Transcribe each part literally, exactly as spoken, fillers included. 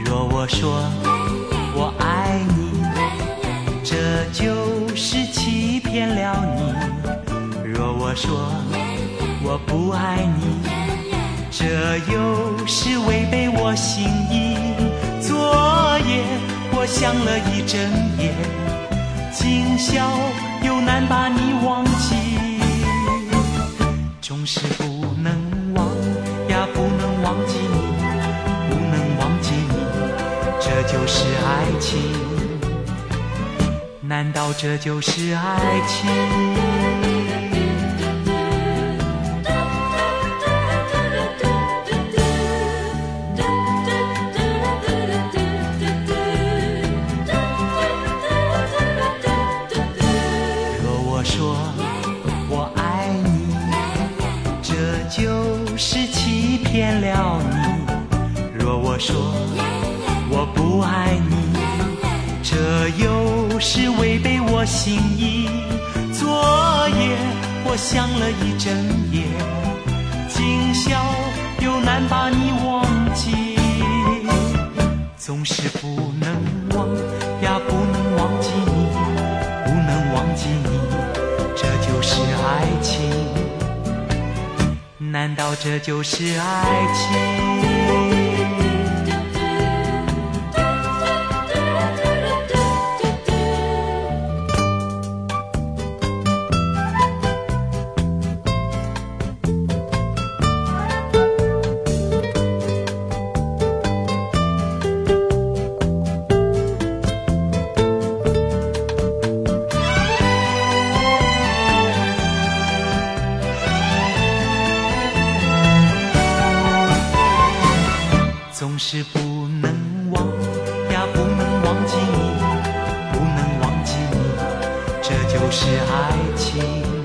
若我说我爱你，这就是欺骗了你；若我说我不爱你，这又是违背我心意。昨夜我想了一整夜，今宵又难把你忘记，总是不能忘呀，不能忘记你，不能忘记你，这就是爱情。难道这就是爱情？骗了你，若我说我不爱你，这又是违背我心意。昨夜我想了一整夜，今宵又难把你忘记，总是不能忘呀，不能忘记你，不能忘记你，这就是爱情。难道这就是爱情？总是不能忘呀，不能忘记你，不能忘记你，这就是爱情。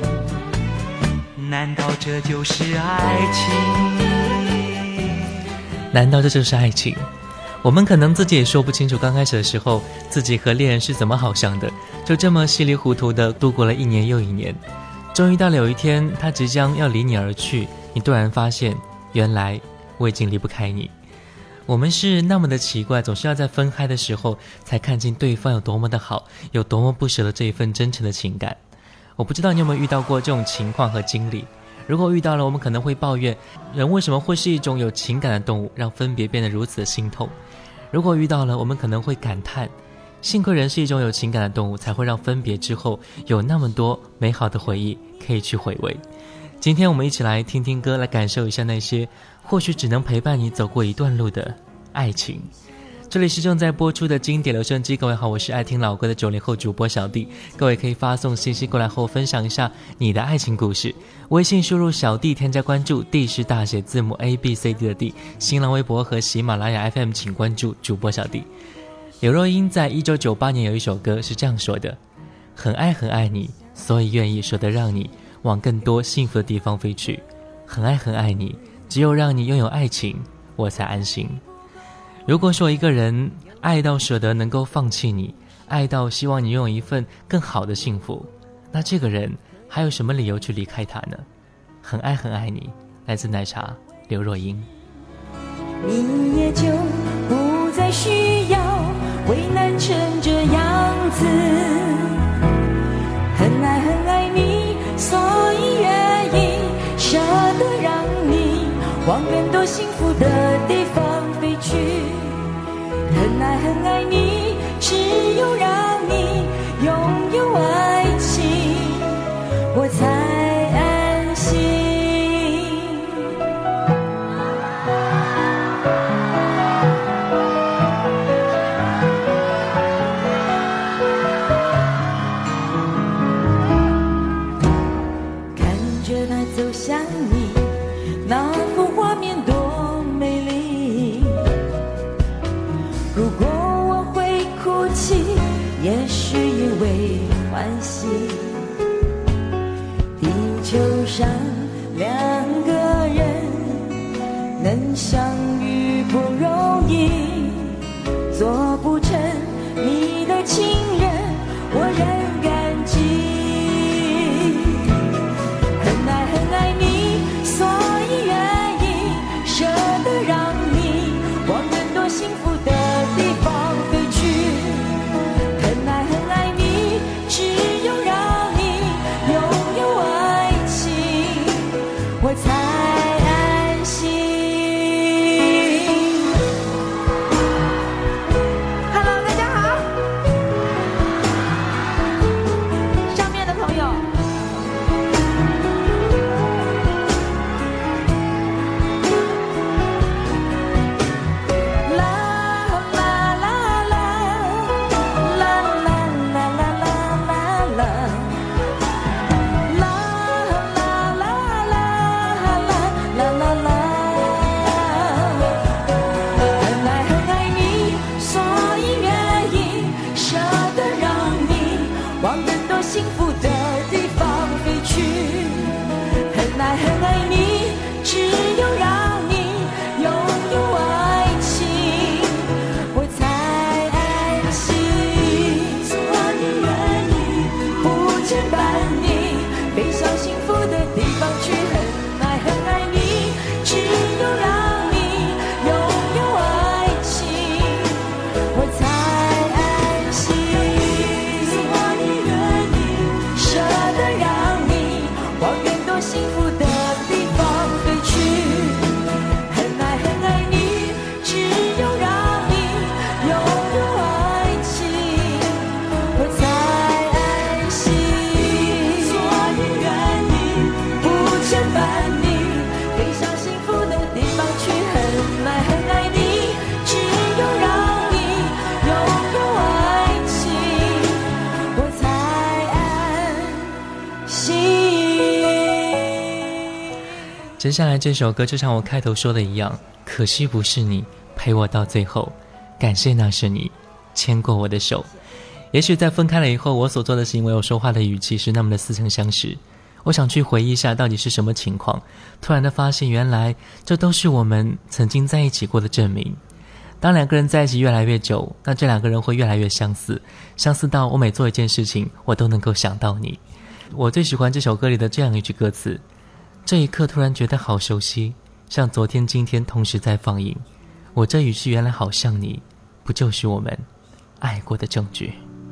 难道这就是爱情？ 难道这就是爱情？我们可能自己也说不清楚，刚开始的时候自己和恋人是怎么好上的，就这么稀里糊涂的度过了一年又一年。终于到了有一天他即将要离你而去，你突然发现原来我已经离不开你。我们是那么的奇怪，总是要在分开的时候才看清对方有多么的好，有多么不舍得这一份真诚的情感。我不知道你有没有遇到过这种情况和经历，如果遇到了，我们可能会抱怨人为什么会是一种有情感的动物，让分别变得如此的心痛。如果遇到了，我们可能会感叹幸亏人是一种有情感的动物，才会让分别之后有那么多美好的回忆可以去回味。今天我们一起来听听歌，来感受一下那些或许只能陪伴你走过一段路的爱情。这里是正在播出的经典留声机，各位好，我是爱听老歌的九零后主播小弟。各位可以发送信息过来和我分享一下你的爱情故事，微信输入小弟添加关注， D 是大写字母 A B C D 的 D， 新浪微博和喜马拉雅 F M 请关注主播小弟。刘若英在一九九八年有一首歌是这样说的：很爱很爱你，所以愿意舍得让你往更多幸福的地方飞去，很爱很爱你，只有让你拥有爱情，我才安心。如果说一个人爱到舍得能够放弃你，爱到希望你拥有一份更好的幸福，那这个人还有什么理由去离开他呢？很爱很爱你，来自奶茶刘若英。 你也就不再需要为难成这样子，很爱很爱你，所以愿意舍得让你往更多幸福的地方飞去，很爱很爱你，只有让你拥有爱情，我才安心。看着他走向你，那幅画面多美丽，如果我会哭泣，也是因为欢喜。地球上两个人能相遇不容易，做不成你的情人，我仍感激。很爱很爱你，所以愿意舍得让你往更多幸福的接下来这首歌就像我开头说的一样，可惜不是你陪我到最后，感谢那是你牵过我的手。也许在分开了以后，我所做的行为，我说话的语气是那么的似曾相识。我想去回忆一下到底是什么情况，突然的发现原来这都是我们曾经在一起过的证明。当两个人在一起越来越久，那这两个人会越来越相似，相似到我每做一件事情我都能够想到你。我最喜欢这首歌里的这样一句歌词，这一刻突然觉得好熟悉，像昨天今天同时在放映，我这语气原来好像你，不就是我们爱过的证据？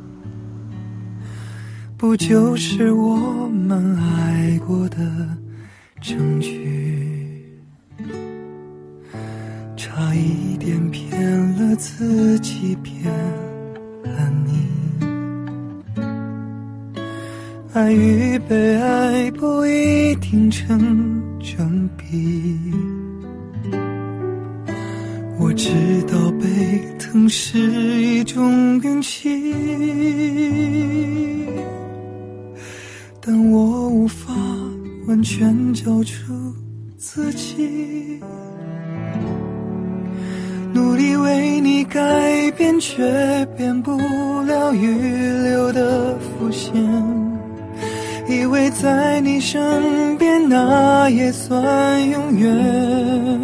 不就是我们爱过的证据？差一点骗了自己，骗了你。爱与被爱不一定成正比，我知道被疼是一种运气，但我无法完全交出自己，努力为你改变，却变不了预留的伏线，以为在你身边那也算永远，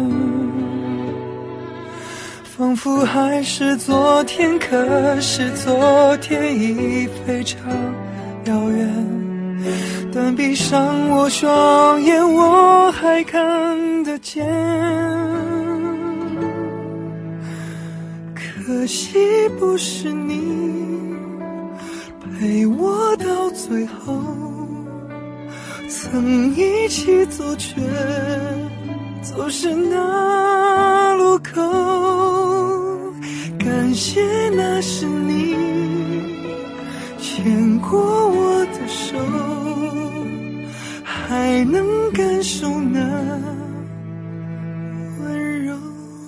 仿佛还是昨天，可是昨天已非常遥远，但闭上我双眼，我还看得见。可惜不是你陪我到最后，曾一起走却走失那路口，感谢那是你牵过我的手，还能感受那温柔。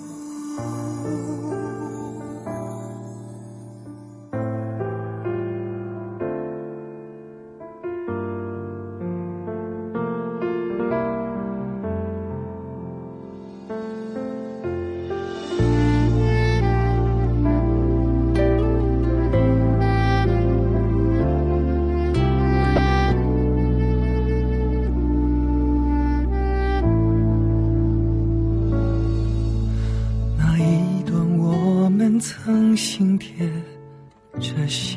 曾心贴着心，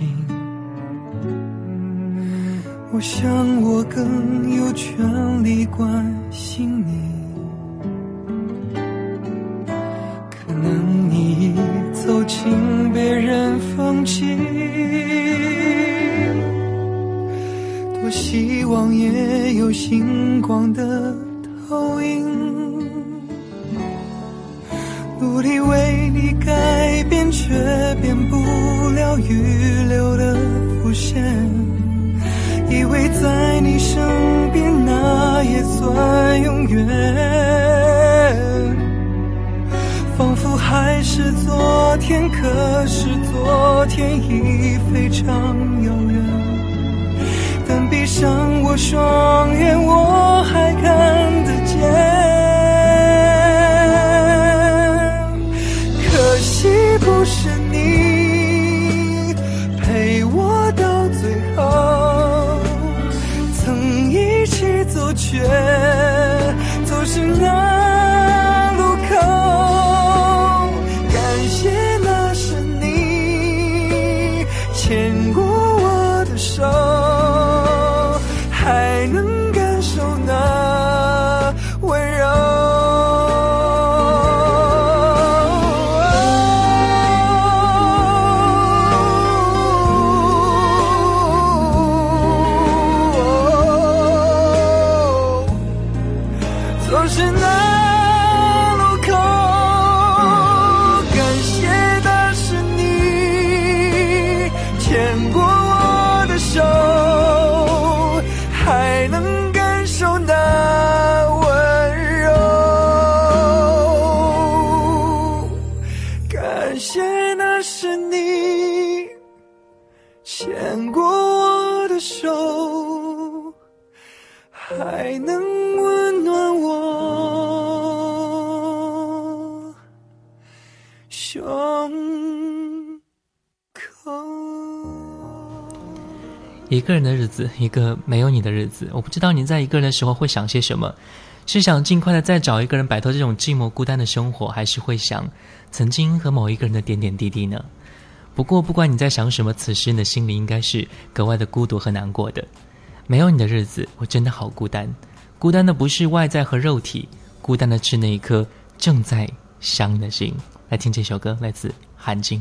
我想我更有权利关心你，可能你走进别人风景，多希望也有星光的投影，努力为你改变，却变不了预留的伏线，以为在你身边那也算永远，仿佛还是昨天，可是昨天已非常遥远，但闭上我双眼，我还看得见。可惜不是你陪我到最后，曾一起走却走失那路口，感谢那是你牵过我的手，还能感受那温柔。牵过我的手，还能温暖我口。 一个人的日子，一个没有你的日子，我不知道你在一个人的时候会想些什么，是想尽快的再找一个人摆脱这种寂寞孤单的生活，还是会想曾经和某一个人的点点滴滴呢？不过不管你在想什么，此时你的心里应该是格外的孤独和难过的。没有你的日子，我真的好孤单。孤单的不是外在和肉体，孤单的是那一颗正在想你的心。来听这首歌，来自韩晶。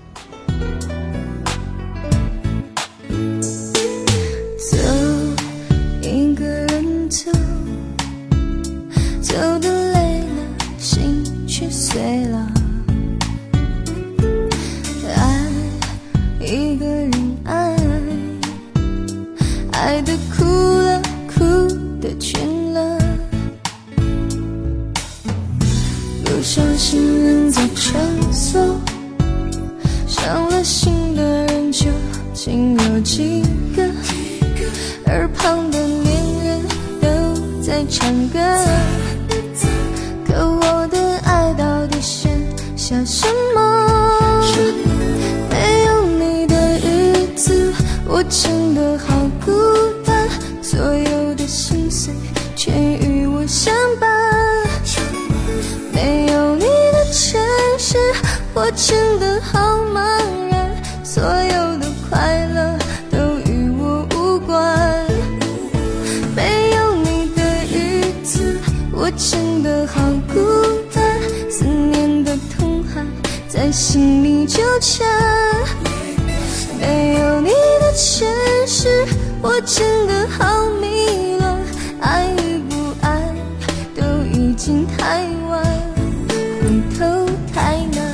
走，一个人走，走得累了，心却碎了。爱，一个人爱，爱得哭了，哭得倦了。路上行人在穿梭，伤了心的人究竟有几个？耳旁的恋人都在唱歌，可我的爱到底剩下什么？没有你的日子，我真的好孤单，所有的心碎全与我相伴。没有你的城市，我真的好茫然，所有的快乐都与我无关。没有你的日子，我真的好孤单，思念的痛还在心里纠缠。没有你的城市，我真的好迷乱，爱与不爱都已经太晚，回头太难。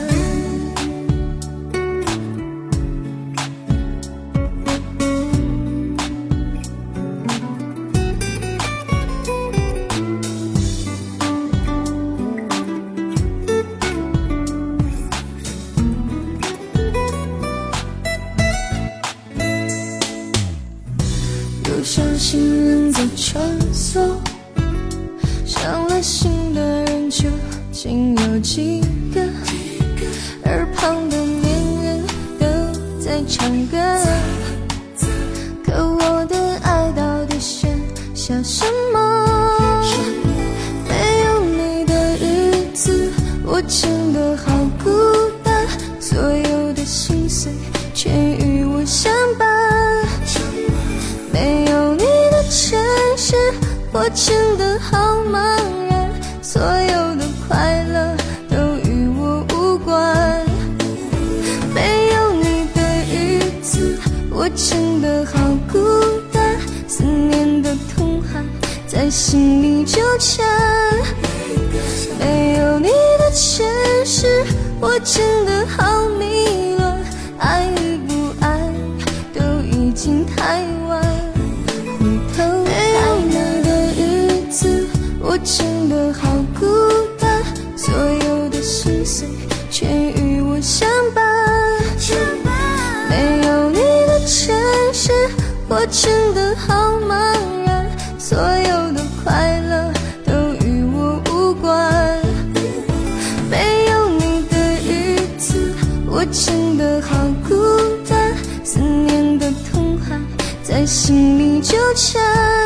路上行人在穿梭，伤了心的人究竟有几个？耳旁的恋人都在唱歌，可我的爱到底剩下什么？没有你的日子，我真的好孤单，所有的心碎全与我相伴。没有你的城市，我真的好茫然，所有的快乐都与我无关。没有你的日子，我真的好孤单，思念的痛还在心里纠缠。没有你的城市，我真的好迷乱，爱与不爱都已经太晚。没有你的日子，我真的好孤单，所有的心碎全与我相伴。没有你的城市，我真的好茫然，所有的快乐都与我无关。没有你的日子，我真的好孤单，思念的痛还在心里纠缠。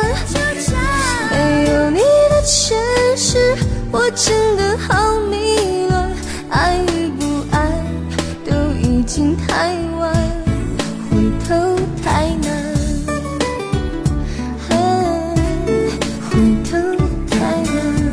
没有你的城市，我真的好迷乱，爱与不爱都已经太晚，回头太难，回头太难。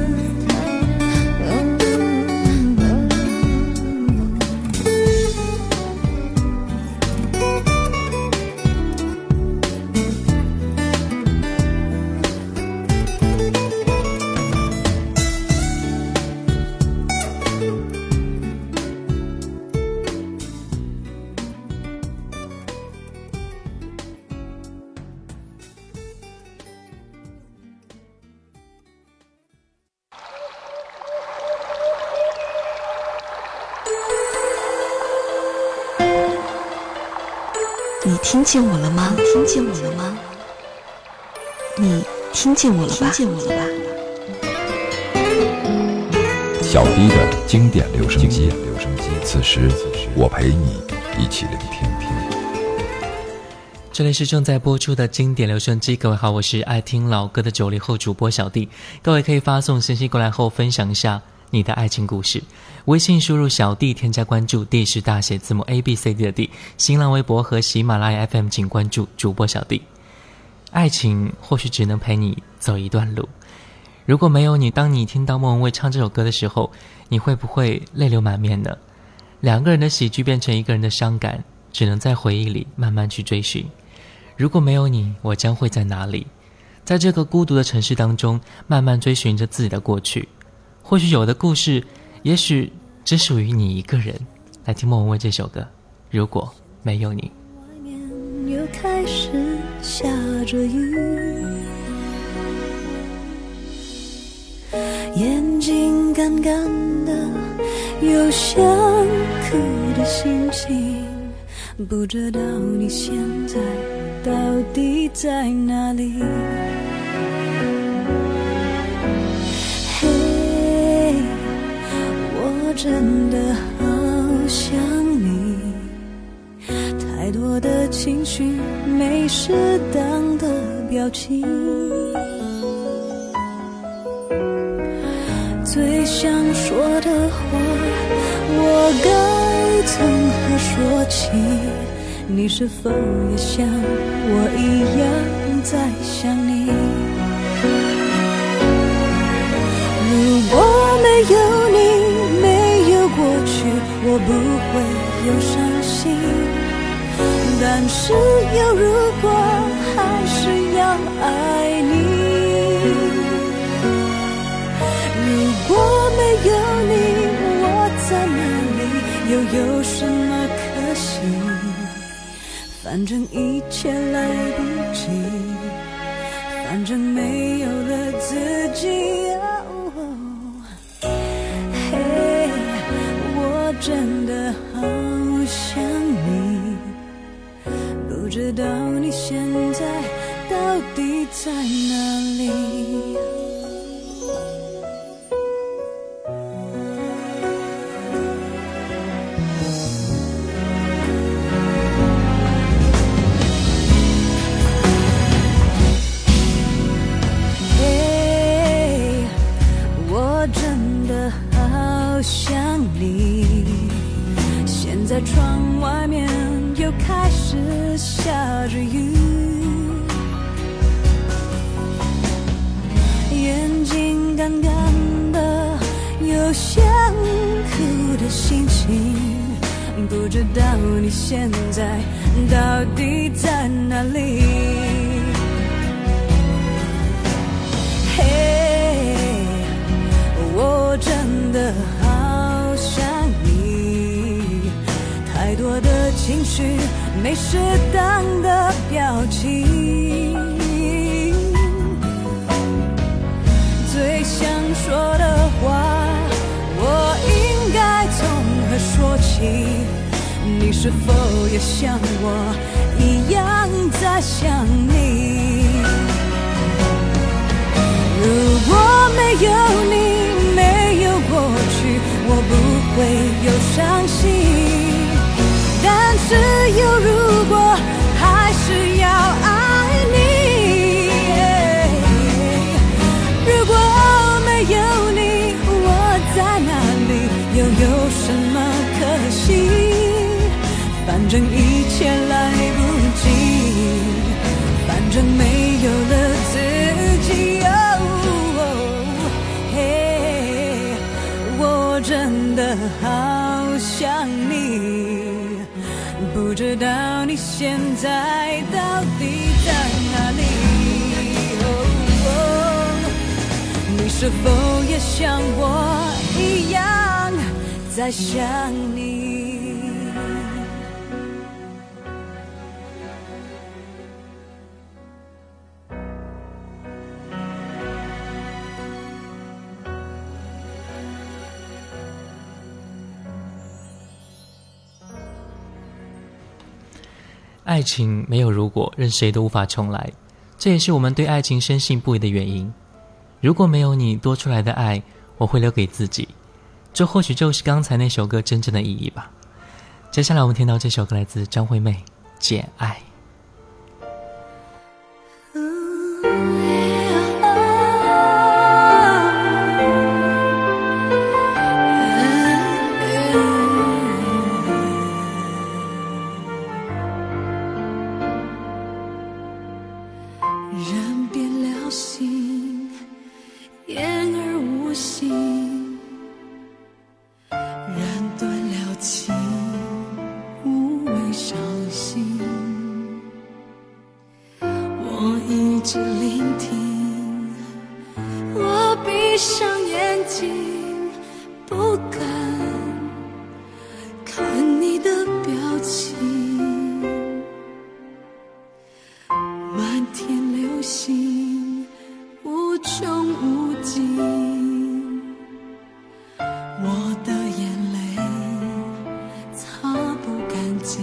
你听见我了吗？听见我了吗？你听见我了吧？听见我了吧？ 小 D 的经典留声机。 声机，此时我陪你一起聆听听。 这里是正在播出的经典留声机，各位好，我是爱听老歌的九零后主播小弟。各位可以发送信息过来后分享一下你的爱情故事，微信输入小弟添加关注， D 是大写字母 A B C D 的 D， 新浪微博和喜马拉雅 F M 请关注主播小弟。爱情或许只能陪你走一段路，如果没有你，当你听到莫文蔚唱这首歌的时候，你会不会泪流满面呢？两个人的喜剧变成一个人的伤感，只能在回忆里慢慢去追寻。如果没有你，我将会在哪里？在这个孤独的城市当中，慢慢追寻着自己的过去。或许有的故事，也许只属于你一个人。来听莫文蔚这首歌，如果没有你。 外面又开始下着雨，眼睛干干的，有想哭的心情，不知道你现在到底在哪里？嘿，我真的好想你，太多的情绪没适当的表情，最想说的话我该从何说起？你是否也像我一样在想你？如果没有你，没有过去，我不会有伤心。但是有如果，还是要爱你。如果没有你，我在哪里，又有什么可惜？反正一切来不及，反正没有了自己。哦，嘿，我真的好想你，不知道你现在到底在哪里？在窗外面又开始下着雨，眼睛干干的，有想哭的心情，不知道你现在到底在哪里？嘿，我真的好想你，太多的情绪，没适当的表情，最想说的话，我应该从何说起？你是否也像我一样在想你？如果没有你，没有过去，我不会有伤心。但是有如果，还是要爱你。如果没有你，我在哪里，又有什么可惜？反正一切来不及，反正没有了自己。哦，嘿，我真的好想你，不知道你现在到底在哪里？哦，你是否也像我一样在想你？ 爱情没有如果，任谁都无法重来，这也是我们对爱情深信不疑的原因。如果没有你多出来的爱，我会留给自己。 这或许就是刚才那首歌真正的意义吧。接下来我们听到这首歌来自张惠妹，《简爱》。 人变了心，言而无信，人断了情，无谓伤心。我一直聆听，我闭上眼睛，不敢看你的表情，漫天流星无穷无尽，我的眼泪擦不干净，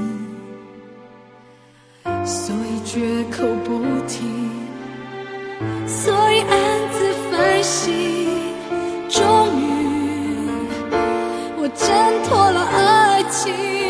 所以绝口不提，所以暗自反省，终于我挣脱了爱情，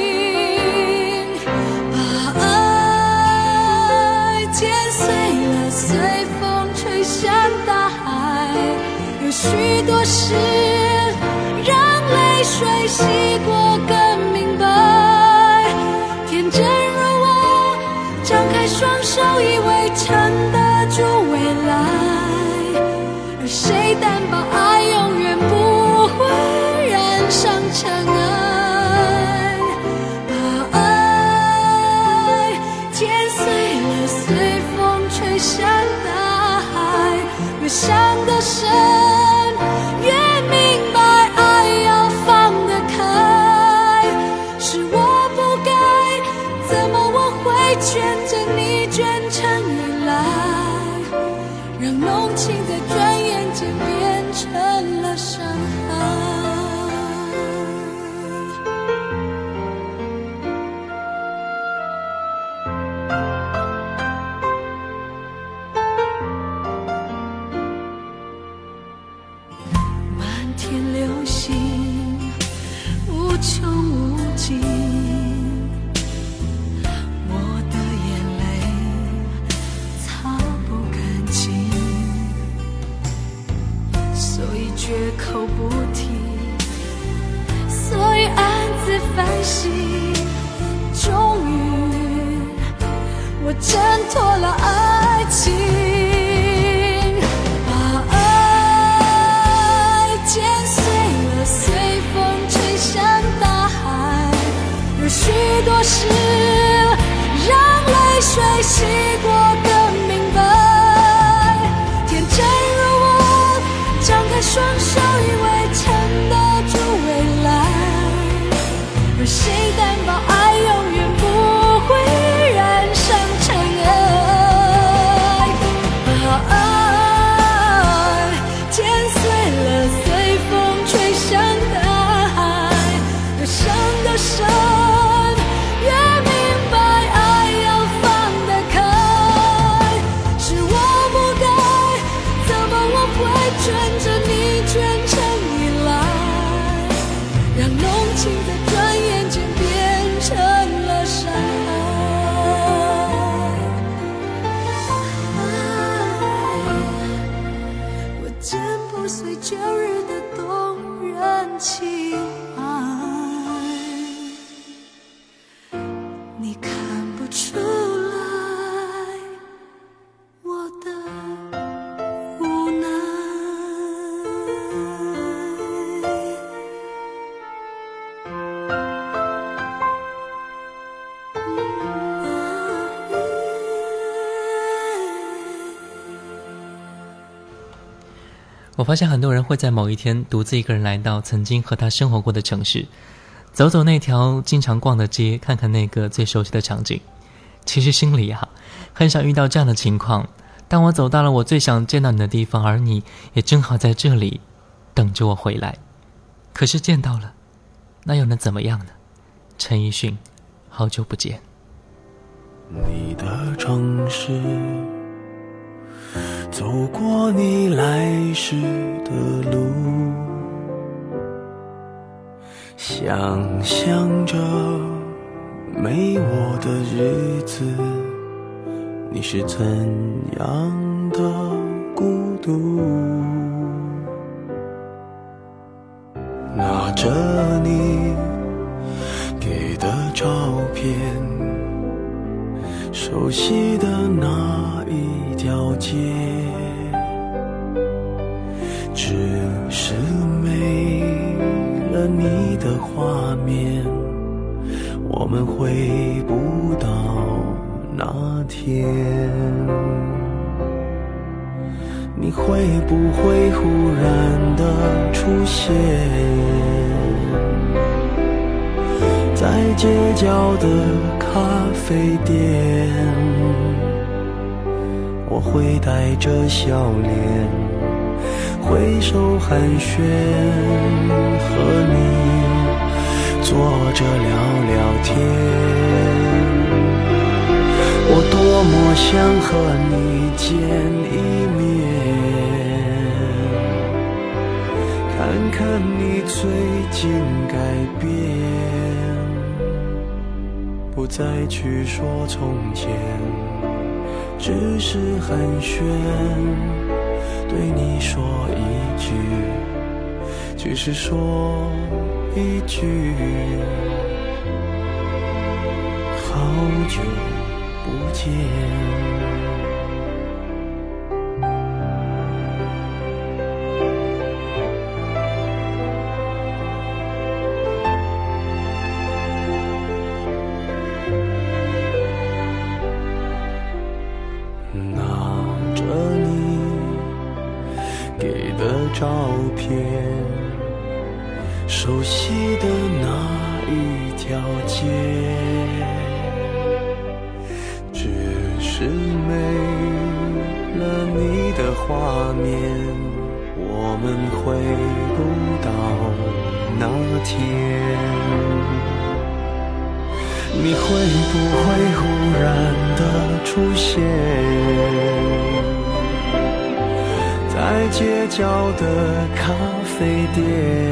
把爱剪碎了，随风吹向大海，有许多事让泪水洗过更明白，天真如我张开双手以为撑得住未来，而谁担保爱永远不会染上尘埃，把爱剪碎了，随风吹向大海，越想得深越明白爱要放得开，是我不该，怎么我会牵着你眷成依赖，让浓情在转眼间变成了伤害。漫天流星无穷无尽，我的眼泪擦不干净，所以绝口不提，所以暗自反省，终于我挣脱了爱情，把爱剪碎了，随风吹向大海，有许多事让泪水洗过更明白，天真如我张开双手以为撑得住未来，而谁担保爱永远不会染上尘埃，把爱剪碎了，随风吹向大海，越想得深越明白爱要放得开，是我不该，怎么我会卷着你卷成依赖，让浓情在转眼间变成了伤害，我剪不碎旧日的动人情爱，你看不出来我的无奈。 我发现很多人会在某一天独自一个人来到曾经和他生活过的城市，走走那条经常逛的街，看看那个最熟悉的场景。其实心里啊，很少遇到这样的情况。当我走到了我最想见到你的地方，而你也正好在这里等着我回来。可是见到了，那又能怎么样呢？陈奕迅，好久不见。 你的城市，走过你来时的路， 想象着没我的日子，你是怎样的孤独？拿着你给的照片，熟悉的那一条街，只是没了你的画面，我们回不到那天。你会不会忽然的出现在街角的咖啡店？我会带着笑脸挥手寒暄，和你坐着聊聊天。我多么想和你见一面，看看你最近改变，不再去说从前，只是寒暄，对你说一句，只是说一句，好久不见。照片，熟悉的那一条街，只是没了你的画面，我们回不到那天。你会不会忽然的出现在街角的咖啡店？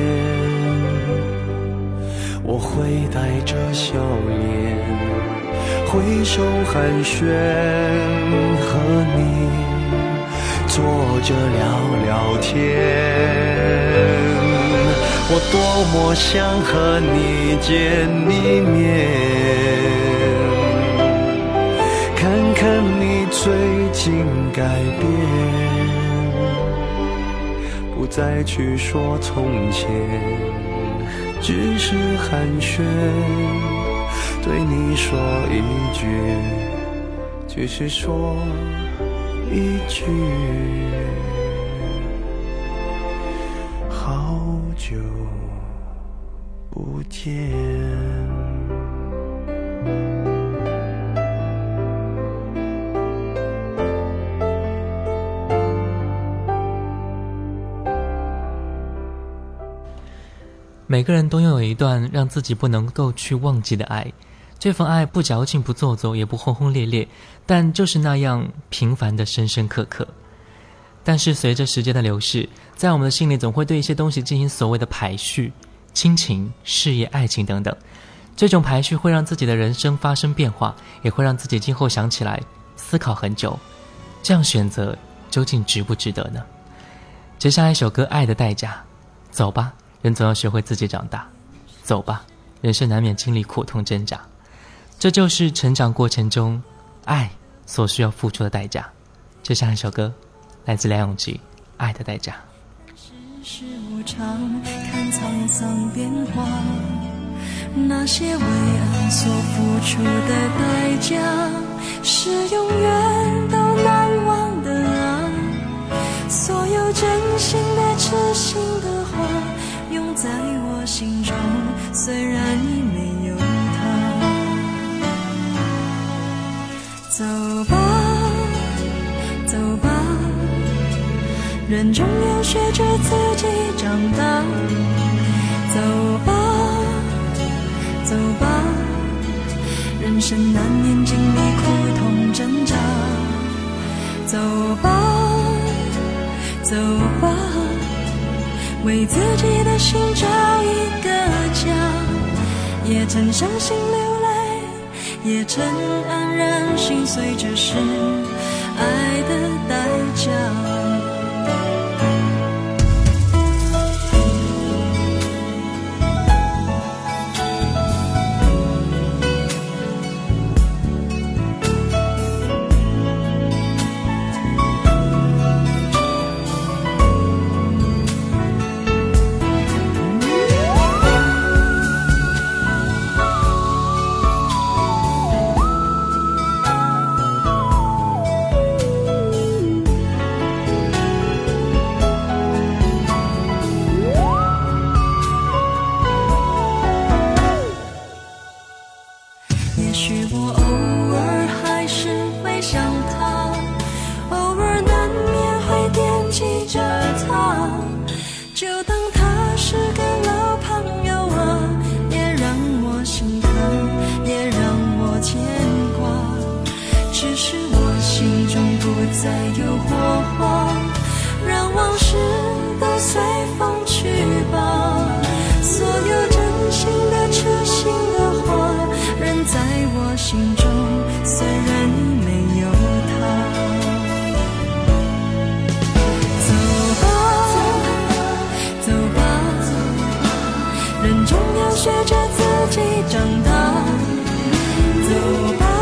我会带着笑脸挥手寒暄，和你坐着聊聊天。我多么想和你见一面，看看你最近改变，不再去说从前，只是寒暄，对你说一句，只是说一句，好久不见。 每个人都拥有一段让自己不能够去忘记的爱，这份爱不矫情不做作也不轰轰烈烈，但就是那样平凡的深深刻刻。但是随着时间的流逝，在我们的心里总会对一些东西进行所谓的排序，亲情、事业、爱情等等。这种排序会让自己的人生发生变化，也会让自己今后想起来思考很久，这样选择究竟值不值得呢？接下来一首歌《爱的代价》，走吧，人总要学会自己长大，走吧，人生难免经历苦痛挣扎，这就是成长过程中爱所需要付出的代价。就像一首歌，来自梁咏琪，《爱的代价》。 世事无常，看沧桑变化，那些为爱所付出的代价，是永远都难忘的啊！所有真心的、痴心的话，永在我心中，虽然已没有他。走吧，走吧，人终要学着自己长大。走吧，走吧，人生难免经历苦痛挣扎。走吧，走吧，为自己的心找一个家。 也曾伤心流泪，也曾黯然心碎，这是爱的代价。再有火花，让往事都随风去吧。所有真心的痴心的话，仍在我心中，虽然没有他。走吧，走吧，人终要学着自己长大。走吧，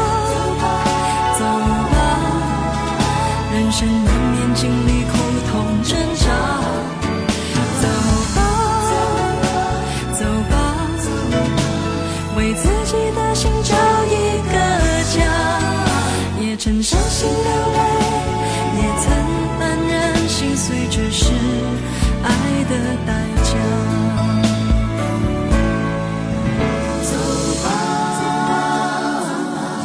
人生难免经历苦痛挣扎，走吧，走吧，为自己的心找一个家。也曾伤心流泪，也曾黯然心碎，这是爱的代价。走吧，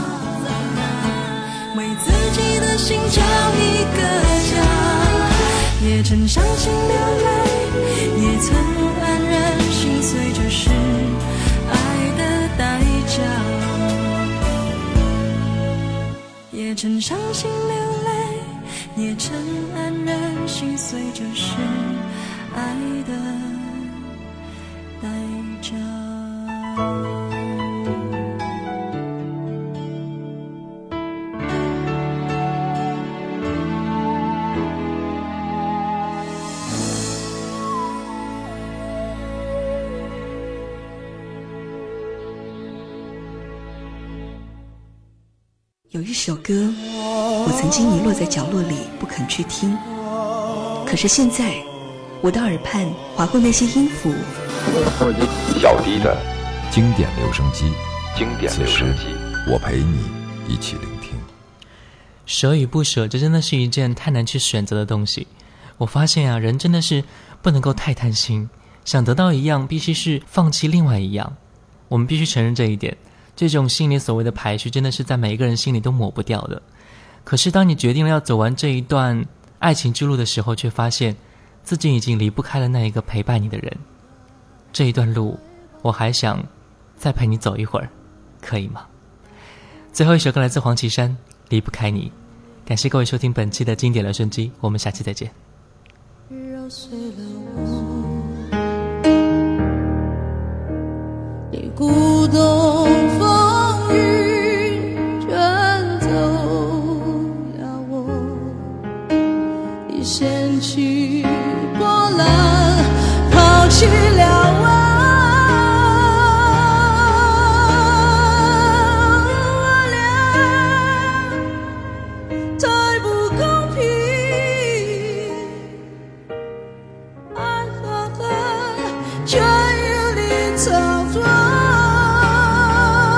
为自己的心找一个家，也曾伤心流泪，也曾黯然心碎，这是爱的代价。也曾伤心流泪，也曾黯然心碎，这是爱的代价。 有一首歌，我曾经遗落在角落里不肯去听，可是现在我的耳畔划过那些音符。 小迪的经典留声机， 经典留声机， 我陪你一起聆听。 舍与不舍，这真的是一件太难去选择的东西。我发现啊，人真的是不能够太贪心，想得到一样必须是放弃另外一样。我们必须承认这一点，这种心里所谓的排序真的是在每一个人心里都抹不掉的。可是当你决定了要走完这一段爱情之路的时候，却发现自己已经离不开了那一个陪伴你的人。这一段路我还想再陪你走一会儿，可以吗？最后一首歌来自黄绮珊，离不开你。感谢各位收听本期的经典留声机，我们下期再见。 揉碎了我，你鼓动风雨卷走了我，你掀起波澜抛弃了我。却有你操作。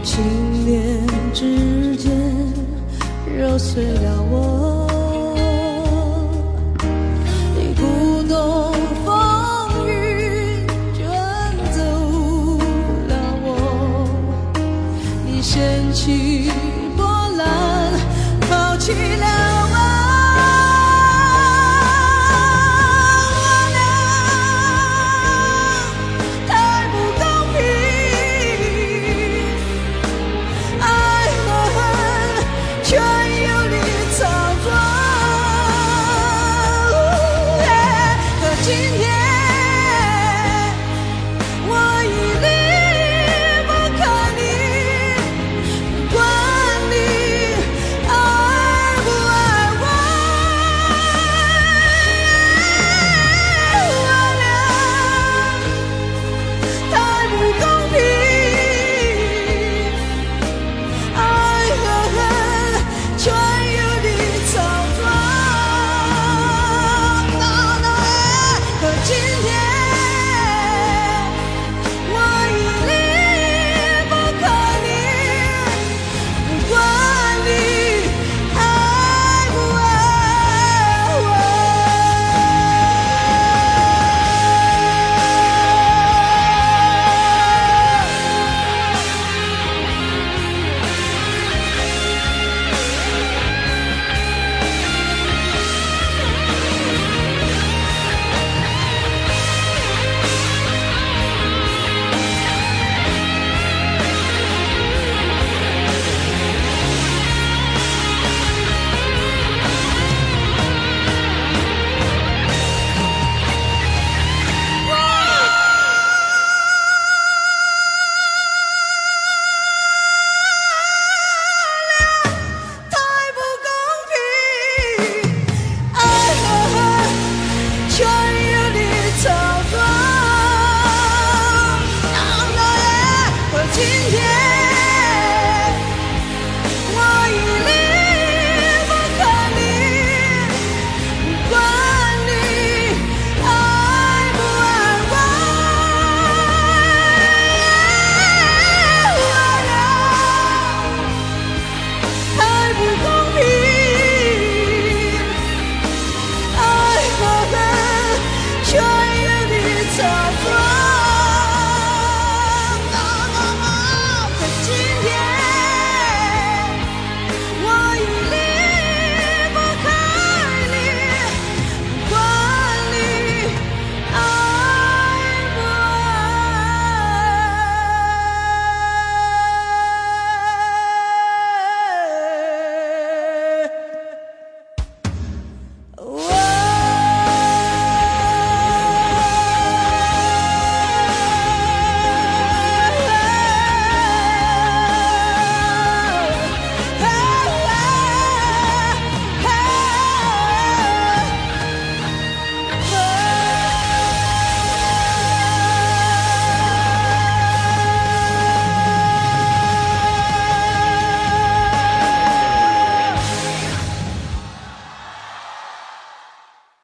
心连指尖揉碎了我，你鼓动风雨卷走了我，你掀起波澜抛弃了